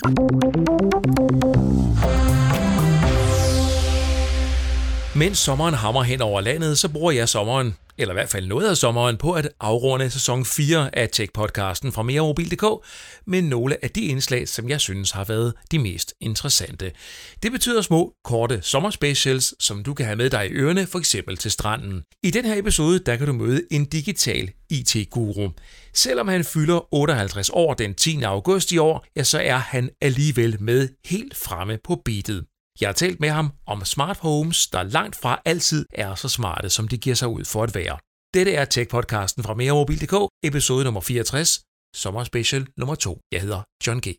Mens sommeren hamrer hen over landet, så bruger jeg sommeren, eller i hvert fald noget af sommeren, på at afrunde sæson 4 af Tech-podcasten fra meremobil.dk med nogle af de indslag, som jeg synes har været de mest interessante. Det betyder små, korte sommerspecials, som du kan have med dig i ørerne, for eksempel til stranden. I den her episode, der kan du møde en digital IT-guru. Selvom han fylder 58 år den 10. august i år, ja, så er han alligevel med helt fremme på beatet. Jeg har talt med ham om smart homes, der langt fra altid er så smarte, som de giver sig ud for at være. Dette er Tech-podcasten fra meremobil.dk, episode nummer 64, sommerspecial nummer 2. Jeg hedder John G.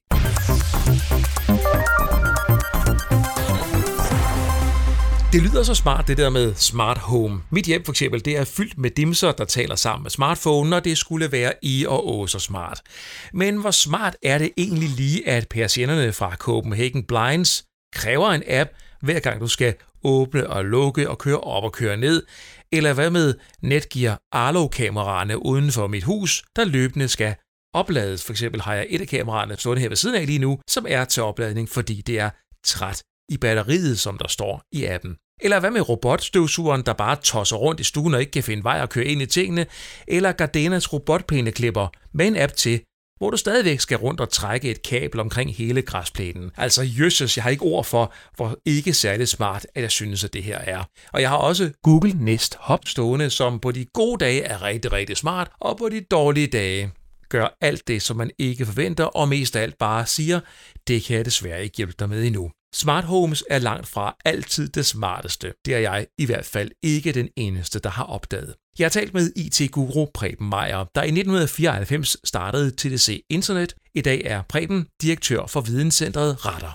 Det lyder så smart, det der med smart home. Mit hjem for eksempel, det er fyldt med dimser, der taler sammen med smartphone, og det skulle være i og å så smart. Men hvor smart er det egentlig lige, at persiennerne fra Copenhagen Blinds kræver en app, hver gang du skal åbne og lukke og køre op og køre ned? Eller hvad med Netgear Arlo-kameraerne uden for mit hus, der løbende skal oplades? For eksempel har jeg et af kameraerne stående her ved siden af lige nu, som er til opladning, fordi det er træt i batteriet, som der står i appen. Eller hvad med robotstøvsugeren, der bare tosser rundt i stuen og ikke kan finde vej og køre ind i tingene? Eller Gardenas robotplæneklipper med en app til, hvor du stadigvæk skal rundt og trække et kabel omkring hele græsplænen. Altså jøsses, jeg har ikke ord for, hvor ikke særlig smart, at jeg synes, at det her er. Og jeg har også Google Nest Hub stående, som på de gode dage er rigtig, rigtig smart, og på de dårlige dage gør alt det, som man ikke forventer, og mest af alt bare siger, det kan jeg desværre ikke hjælpe dig med endnu. Smart homes er langt fra altid det smarteste. Det er jeg i hvert fald ikke den eneste, der har opdaget. Jeg har talt med IT-guru Preben Meyer, der i 1994 startede TDC Internet. I dag er Preben direktør for videnscentret Radar.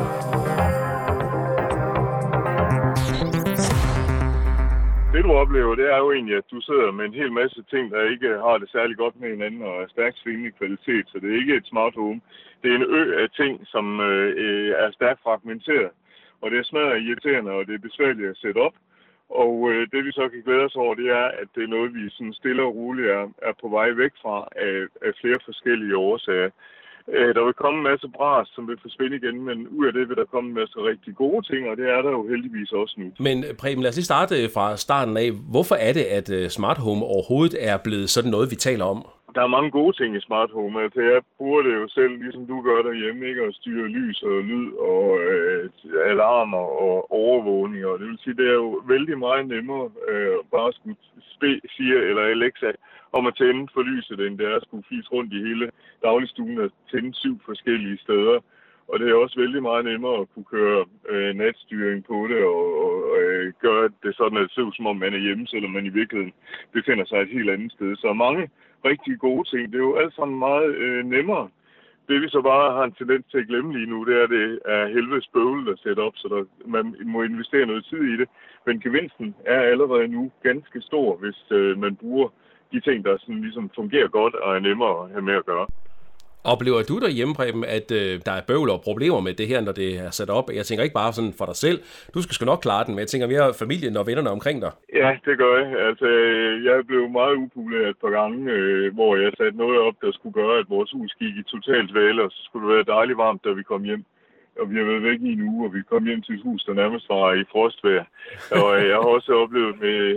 Det du oplever, det er jo egentlig, at du sidder med en hel masse ting, der ikke har det særlig godt med hinanden og er stærkt svingende kvalitet. Så det er ikke et smart home. Det er en ø af ting, som er stærkt fragmenteret. Og det er smadret irriterende, og det er besværligt at sætte op. Og det vi så kan glæde os over, det er, at det er noget, vi sådan stille og roligt er på vej væk fra af flere forskellige årsager. Der vil komme en masse bras, som vil forsvinde igen, men ud af det vil der komme en masse rigtig gode ting, og det er der jo heldigvis også nu. Men Preben, lad os lige starte fra starten af. Hvorfor er det, at smart home overhovedet er blevet sådan noget, vi taler om? Der er mange gode ting i smart home. Altså, jeg bruger det jo selv, ligesom du gør derhjemme, ikke? At styre lys og lyd og alarmer og overvågning. Og det vil sige, det er jo vældig meget nemmere bare at skulle sige eller Alexa om at tænde for lyset, end det er at skulle fise rundt i hele dagligstuen og tænde 7 forskellige steder. Og det er også vældig meget nemmere at kunne køre natstyring på det og gøre det sådan, at det ser ud som om man er hjemme, selvom man i virkeligheden befinder sig et helt andet sted. Så mange rigtig gode ting. Det er jo alt sammen meget nemmere. Det vi så bare har en tendens til at glemme lige nu, det er helvedes bøvlet at sætte op, så man må investere noget tid i det. Men gevinsten er allerede nu ganske stor, hvis man bruger de ting, der sådan ligesom fungerer godt og er nemmere at have med at gøre. Oplever du derhjemme, Preben, at der er bøvl og problemer med det her, når det er sat op? Jeg tænker ikke bare sådan for dig selv. Du skal sgu nok klare den, men jeg tænker mere familien og vennerne omkring dig. Ja, det gør jeg. Altså, jeg blev meget upopulær et par gange, hvor jeg satte noget op, der skulle gøre, at vores hus gik i totalt dvale, og så skulle det være dejligt varmt, da vi kom hjem. Og vi har været væk i en uge, og vi kom hjem til et hus, der nærmest var i frostvejr. Og jeg har også oplevet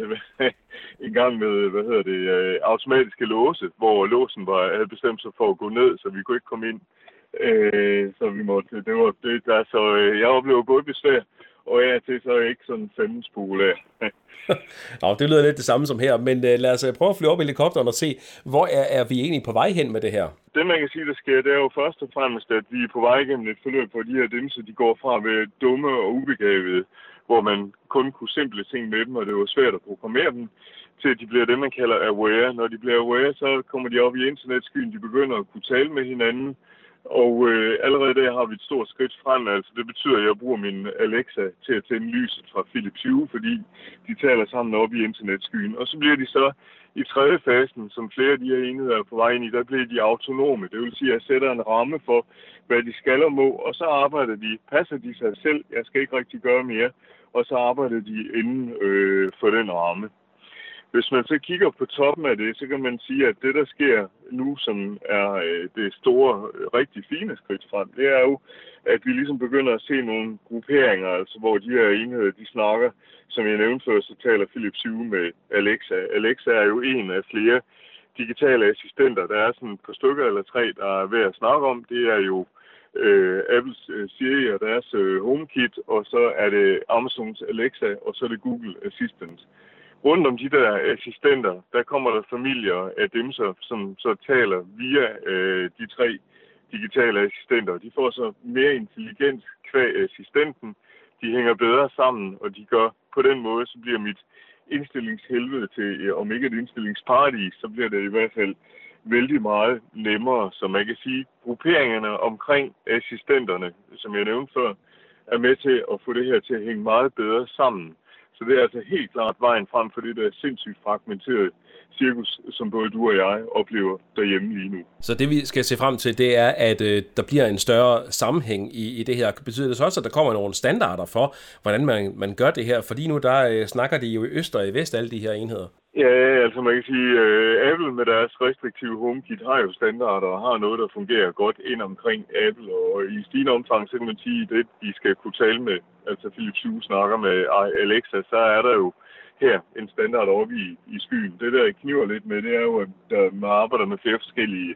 en gang med, automatiske låse, hvor låsen havde bestemt sig for at gå ned, så vi kunne ikke komme ind. Så vi måtte, så jeg oplever både besvær, og jeg er til så ikke sådan fandens populær. Nå, det lyder lidt det samme som her, men lad os prøve at flyve op i helikopteren og se, hvor er vi egentlig på vej hen med det her? Det man kan sige, der sker, det er jo først og fremmest, at vi er på vej igennem et forløb, hvor de her dimser, de går fra at være dumme og ubegavede, hvor man kun kunne simple ting med dem, og det var svært at programmere dem, til at de bliver det, man kalder aware. Når de bliver aware, så kommer de op i internetskyen, de begynder at kunne tale med hinanden, og allerede der har vi et stort skridt frem. Altså, det betyder, at jeg bruger min Alexa til at tænde lyset fra Philips Hue, fordi de taler sammen op i internetskyen. Og så bliver de så i tredje fasen, som flere af de her enheder er på vej ind i, der bliver de autonome. Det vil sige, at jeg sætter en ramme for, hvad de skal og må, og så passer de sig selv. Jeg skal ikke rigtig gøre mere, og så arbejder de inden for den ramme. Hvis man så kigger på toppen af det, så kan man sige, at det, der sker nu, som er det store, rigtig fine skridt frem, det er jo, at vi ligesom begynder at se nogle grupperinger, altså hvor de her enheder, de snakker. Som jeg nævnte før, så taler Philips Hue med Alexa. Alexa er jo en af flere digitale assistenter. Der er sådan et par stykker eller 3, der er ved at snakke om. Det er jo Apples Siri og deres HomeKit, og så er det Amazons Alexa, og så er det Google Assistant. Rundt om de der assistenter, der kommer der familier af dem, som så taler via de 3 digitale assistenter. De får så mere intelligens kvad assistenten. De hænger bedre sammen, og de gør på den måde, så bliver mit indstillingshelvede til, om ikke et indstillingsparadis, så bliver det i hvert fald vældig meget nemmere. Så man kan sige, grupperingerne omkring assistenterne, som jeg nævnte før, er med til at få det her til at hænge meget bedre sammen. Så det er altså helt klart vejen frem for det der sindssygt fragmenterede cirkus, som både du og jeg oplever derhjemme lige nu. Så det vi skal se frem til, det er, at der bliver en større sammenhæng i det her. Betyder det så også, at der kommer nogle standarder for, hvordan man gør det her? Fordi nu der snakker de jo i øst og i vest, alle de her enheder. Ja, altså man kan sige, Apple med deres restriktive HomeKit har jo standarder og har noget, der fungerer godt ind omkring Apple. Og i stigende omfang, så kan man sige, at det, de skal kunne tale med, altså Philips Hue snakker med Alexa, så er der jo her en standard oppe i skyen. Det der kniver lidt med, det er jo, at man arbejder med flere forskellige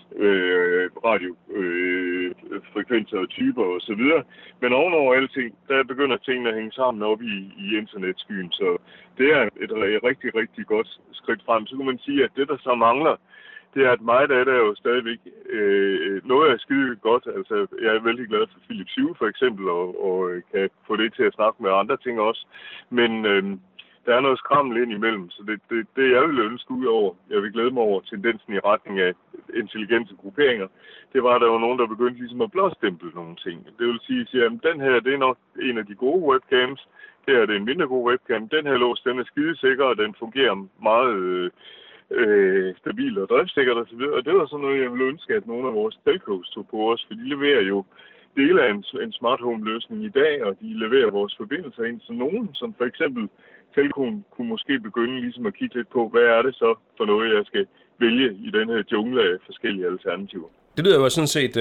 radiofrekvenser og typer og så videre. Men ovenover alting, der begynder tingene at hænge sammen op i internetskyen. Så det er et rigtig, rigtig godt skridt frem. Så kan man sige, at det, der så mangler, det er, at meget af det er jo stadigvæk noget af skide godt. Altså, jeg er vældig glad for Philips Hue for eksempel, og kan få det til at snakke med andre ting også. Men der er noget skrammel ind imellem, så det jeg ville ønske ud over, jeg vil glæde mig over tendensen i retning af intelligente grupperinger, det var, at der var nogen, der begyndte ligesom at blåstemple nogle ting. Det vil sige, at den her, det er nok en af de gode webcams, det er en mindre god webcam, den her lås, den er skidesikker, og den fungerer meget stabil og driftsikkert osv. Og det var sådan noget, jeg ville ønske, at nogle af vores telcos tog på os, for de leverer jo dele af en smart home løsning i dag, og de leverer vores forbindelser ind. Så nogen, som for eksempel telcoen, kunne måske begynde ligesom at kigge lidt på, hvad er det så for noget, jeg skal vælge i den her jungle af forskellige alternativer. Det lyder jo sådan set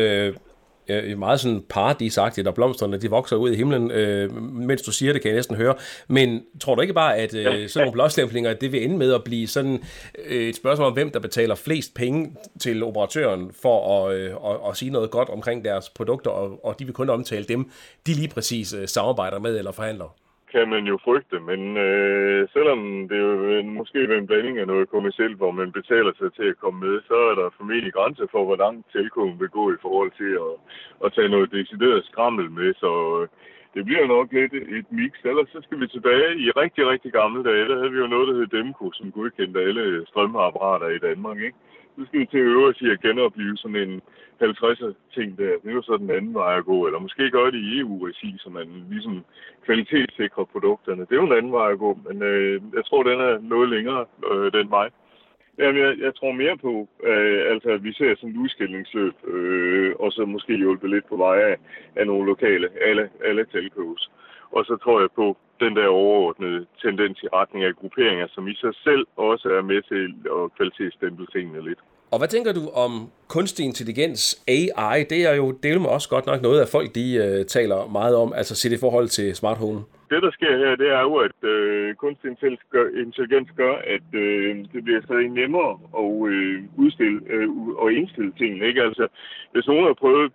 meget sådan paradisagtigt, og blomsterne de vokser ud i himlen, mens du siger det, kan jeg næsten høre. Men tror du ikke bare, at sådan nogle blåstemplinger, det vil ende med at blive sådan et spørgsmål om, hvem der betaler flest penge til operatøren for at sige noget godt omkring deres produkter, og de vil kun omtale dem, de lige præcis samarbejder med eller forhandler? Kan man jo frygte, men selvom det jo måske er en blanding af noget kommercielt, hvor man betaler sig til at komme med, så er der formentlig grænser for, hvor langt telcoen vil gå i forhold til at tage noget decideret skrammel med, så det bliver nok lidt et mix. Ellers så skal vi tilbage i rigtig, rigtig gamle dage. Der havde vi jo noget, der hed Demco, som godkendte alle strømapparater i Danmark, ikke? Så skal vi til øvrigt til at genopleve sådan en 50'er ting der. Det er jo så den anden vej at gå, eller måske gøre det i EU-regi, så man ligesom kvalitetssikrer produkterne. Det er jo en anden vej at gå, men jeg tror, den er noget længere den vej. Jamen, jeg tror mere på, altså at vi ser sådan et udskillingsløb, og så måske hjælpe lidt på vej af nogle lokale, alle telcos. Og så tror jeg på den der overordnede tendens i retning af grupperinger, som i sig selv også er med til at kvalitetsstemple tingene lidt. Og hvad tænker du om kunstig intelligens, AI? Det er jo delt med også godt nok noget, at folk de taler meget om, altså set i forhold til smart home. Det, der sker her, det er jo, at kunstig intelligens gør, at det bliver stadig nemmere at udstille og indstille tingene. Ikke? Altså, hvis nogen har prøvet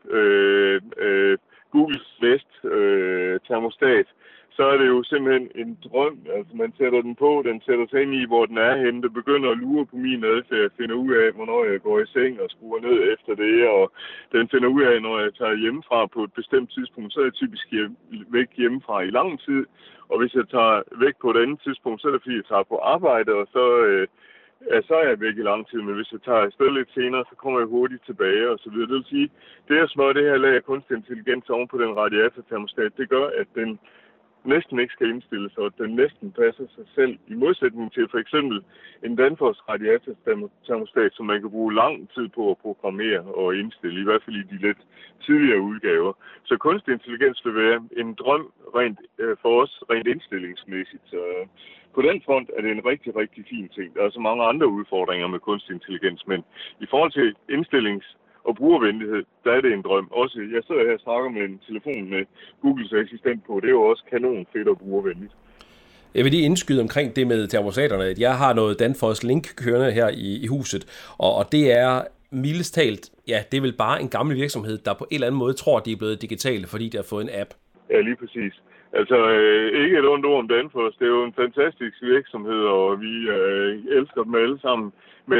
Googles Nest termostat, så er det jo simpelthen en drøm. Altså, man sætter den på, den sætter sig ind i, hvor den er henne. Det begynder at lure på min adfærd, finder ud af, hvornår jeg går i seng og skruer ned efter det, og den finder ud af, når jeg tager hjemmefra på et bestemt tidspunkt, så er jeg typisk væk hjemmefra i lang tid. Og hvis jeg tager væk på et andet tidspunkt, så er det fordi, jeg tager på arbejde, og så er jeg væk i lang tid. Men hvis jeg tager afsted lidt senere, så kommer jeg hurtigt tilbage og så videre. Det vil sige, det at smøre det her lag af kunstig intelligens oven på den radiatortermostat, det gør, at den næsten ikke skal indstille sig, og den næsten passer sig selv, i modsætning til for eksempel en Danfoss radiatortermostat, som man kan bruge lang tid på at programmere og indstille, i hvert fald i de lidt tidligere udgaver. Så kunstig intelligens vil være en drøm for os rent indstillingsmæssigt. Så på den front er det en rigtig, rigtig fin ting. Der er så mange andre udfordringer med kunstig intelligens, men i forhold til indstillings- og brugervenlighed, der er det en drøm. Også, jeg sidder her og snakker med en telefon med Googles assistent på. Det er jo også kanon fedt og brugervenligt. Jeg vil lige indskyde omkring det med termostaterne, at jeg har noget Danfoss Link kørende her i huset, og det er mildest talt, ja, det er vel bare en gammel virksomhed, der på en eller anden måde tror, de er blevet digitale, fordi de har fået en app. Ja, lige præcis. Altså, ikke et ondt ord om Danfoss. Det er jo en fantastisk virksomhed, og vi elsker dem alle sammen. Men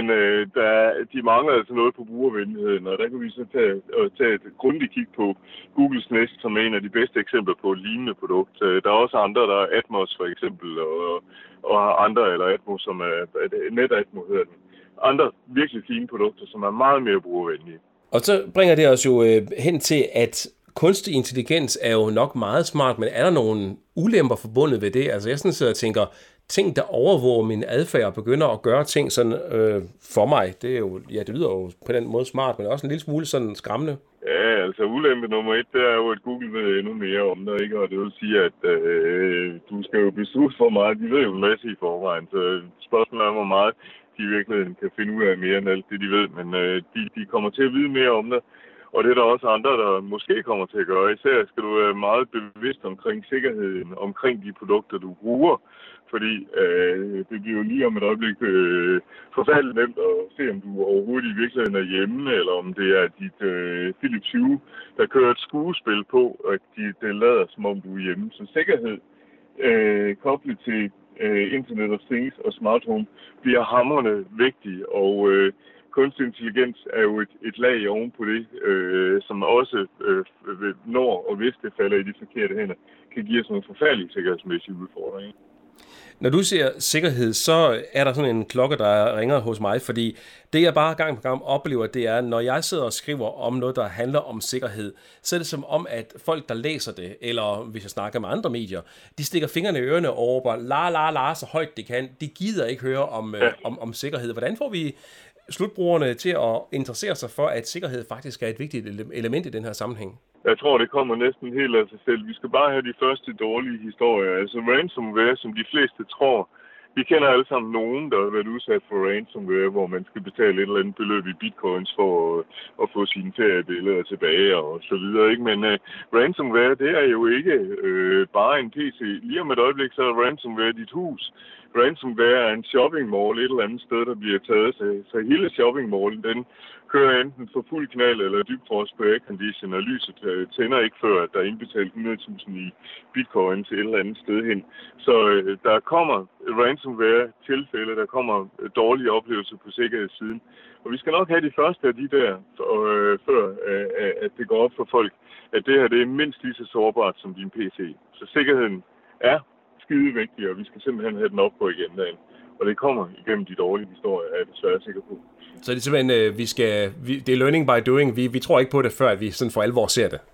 de mangler altså noget på brugervenligheden, og der kan vi så tage et grundigt kig på Googles Nest, som er en af de bedste eksempler på et lignende produkt. Der er også andre, der er Atmos for eksempel, og andre, eller Atmos, som er NetAtmos hedder den. Andre virkelig fine produkter, som er meget mere brugervenlige. Og så bringer det os jo hen til, at kunstig intelligens er jo nok meget smart, men er der nogle ulemper forbundet ved det? Altså jeg sådan sidder og tænker, ting, der overvåger min adfærd og begynder at gøre ting sådan for mig, det er jo, ja, det lyder jo på den måde smart, men også en lille smule sådan skræmmende. Ja, altså ulempe nummer 1, det er jo, at Google ved endnu mere om det, ikke? Og det vil sige, at du skal jo beslutte for meget. De ved jo en masse i forvejen, så spørgsmålet er, hvor meget de i virkeligheden kan finde ud af mere end alt det, de ved. Men de kommer til at vide mere om det. Og det er der også andre, der måske kommer til at gøre. Især skal du være meget bevidst omkring sikkerheden, omkring de produkter, du bruger. Fordi det bliver jo lige om et øjeblik forfærdeligt nemt at se, om du overhovedet i virkeligheden er hjemme, eller om det er dit Philips Hue, der kører et skuespil på, og det lader som om du er hjemme. Så sikkerhed koblet til Internet of Things og Smart Home bliver hamrende vigtig, og kunstig intelligens er jo et lag oven på det, som også, når og hvis det falder i de forkerte hænder, kan give os nogle forfærdelige sikkerhedsmæssige udfordringer. Når du siger sikkerhed, så er der sådan en klokke, der ringer hos mig, fordi det jeg bare gang på gang oplever, det er, når jeg sidder og skriver om noget, der handler om sikkerhed, så er det som om, at folk, der læser det, eller hvis jeg snakker med andre medier, de stikker fingrene i ørerne og råber la, så højt de kan. De gider ikke høre om sikkerhed. Hvordan får vi slutbrugerne til at interessere sig for, at sikkerhed faktisk er et vigtigt element i den her sammenhæng? Jeg tror, det kommer næsten helt af sig selv. Vi skal bare have de første dårlige historier. Altså ransomware, som de fleste tror. Vi kender alle sammen nogen, der har været udsat for ransomware, hvor man skal betale et eller andet beløb i bitcoins for at få sine feriebilleder tilbage og så videre. Ikke? Men ransomware, det er jo ikke bare en PC. Lige om et øjeblik, så er ransomware dit hus. Ransomware er en shopping mall et eller andet sted, der bliver taget. Så hele shopping mallen, den kører enten for fuld knald eller dybfrost på aircondition, og lyset tænder ikke før, at der er indbetalt 100.000 i bitcoin til et eller andet sted hen. Så der kommer ransomware-tilfælde, der kommer dårlige oplevelser på sikkerhedssiden. Og vi skal nok have de første af de der, før at det går op for folk, at det her det er mindst lige så sårbart som din PC. Så sikkerheden er skide vigtig, og vi skal simpelthen have den op på agendaen. Og det kommer igennem de dårlige historier, er jeg desværre sikker på. Så det er simpelthen, det er learning by doing. Vi tror ikke på det, før at vi sådan for alvor ser det.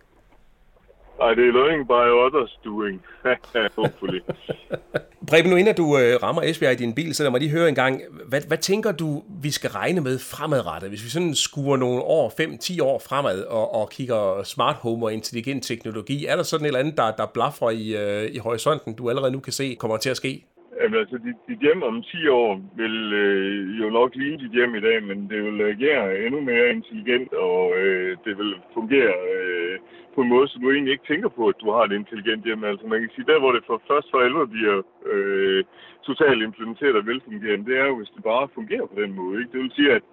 Nej, det er learning by others doing. Hopefully. Preben, nu inden du rammer Esbjerg i din bil, så lad mig lige høre en gang, hvad tænker du, vi skal regne med fremadrettet? Hvis vi sådan skuer nogle år, 5-10 år fremad, og kigger smart home og intelligent teknologi, er der sådan et eller andet, der blafrer i horisonten, du allerede nu kan se, kommer til at ske? Jamen altså, dit hjem om 10 år vil jo nok ligne dit hjem i dag, men det vil agere endnu mere intelligent, og det vil fungere på en måde, så du egentlig ikke tænker på, at du har et intelligent hjem. Altså man kan sige, der hvor det først for alvor bliver totalt implementeret og velfungerende, det er jo, hvis det bare fungerer på den måde. Ikke? Det vil sige, at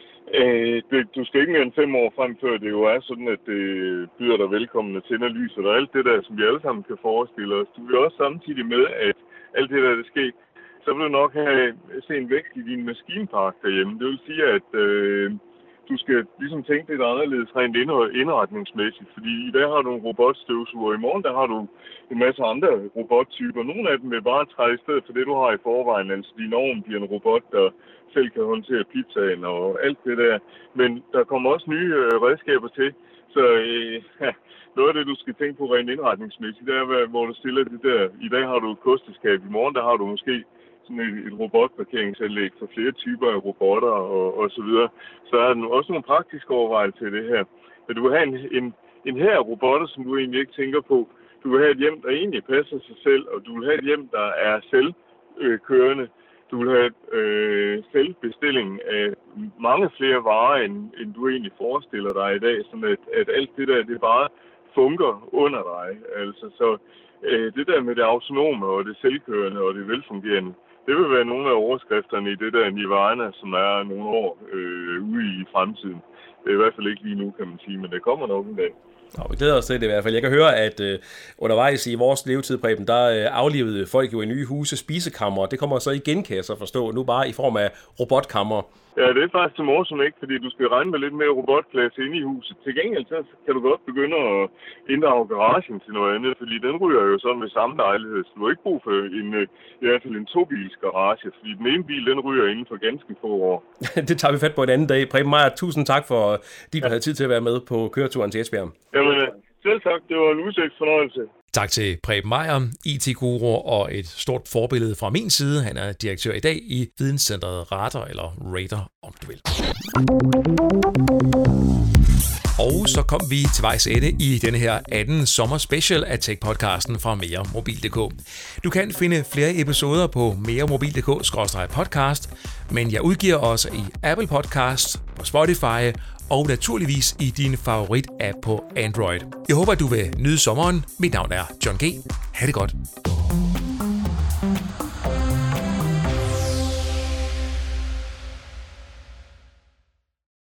du skal ikke mere end 5 år frem, før det jo er sådan, at det byder dig velkommen og tænder lyset og alt det der, som vi alle sammen kan forestille os. Du vil også samtidig med, at alt det der sker, så vil du nok se en vækst i din maskinpark derhjemme. Det vil sige, at du skal ligesom tænke lidt anderledes rent indretningsmæssigt, fordi i dag har du en robotstøvsuger, i morgen der har du en masse andre robottyper. Nogle af dem vil bare træde i stedet for det, du har i forvejen. Altså din ovn bliver en robot, der selv kan håndtere pizzaen og alt det der. Men der kommer også nye redskaber til, Så noget af det, du skal tænke på rent indretningsmæssigt, det er, hvor du stiller det der. I dag har du et kosteskab, i morgen der har du måske sådan et robotparkeringsanlæg for flere typer af robotter og så videre. Så er der også nogle praktiske overvejelser til det her. Men du vil have en her robotter, som du egentlig ikke tænker på. Du vil have et hjem, der egentlig passer sig selv, og du vil have et hjem, der er selvkørende. Du vil have selvbestilling af mange flere varer, end du egentlig forestiller dig i dag, sådan at alt det der, det bare fungerer under dig. Altså, så det der med det autonome og det selvkørende og det velfungerende, det vil være nogle af overskrifterne i det der Nirvana, som er nogle år ude i fremtiden. Det er i hvert fald ikke lige nu, kan man sige, men det kommer nok en dag. Nå, vi glæder os til det i hvert fald. Jeg kan høre, at undervejs i vores levetid, Preben, der aflevede folk jo i nye huse spisekammer. Det kommer så igen, kan jeg så forstå, nu bare i form af robotkammer. Ja, det er faktisk til morsom, ikke? Fordi du skal regne med lidt mere robotplads inde i huset. Til gengæld så kan du godt begynde at inddrage garagen til noget andet, fordi den ryger jo sådan ved samme lejlighed. Så du har ikke brug for i hvert fald en tobils garage, fordi den ene bil, den ryger inden for ganske få år. Det tager vi fat på en anden dag. Preben Meyer, tusind tak for, at du havde tid til at være med på køreturen til Esbjerg. Jamen, selv tak. Det var en udsigt fornøjelse. Tak til Preben Meyer, IT-guru og et stort forbillede fra min side. Han er direktør i dag i Videnscentret Radar, eller Radar, om du vil. Og så kom vi til vejs ende i denne her 18. sommerspecial af Tech-podcasten fra meremobil.dk. Du kan finde flere episoder på meremobil.dk/podcast, men jeg udgiver også i Apple Podcasts, på Spotify og naturligvis i din favorit-app på Android. Jeg håber, at du vil nyde sommeren. Mit navn er John G. Ha' det godt.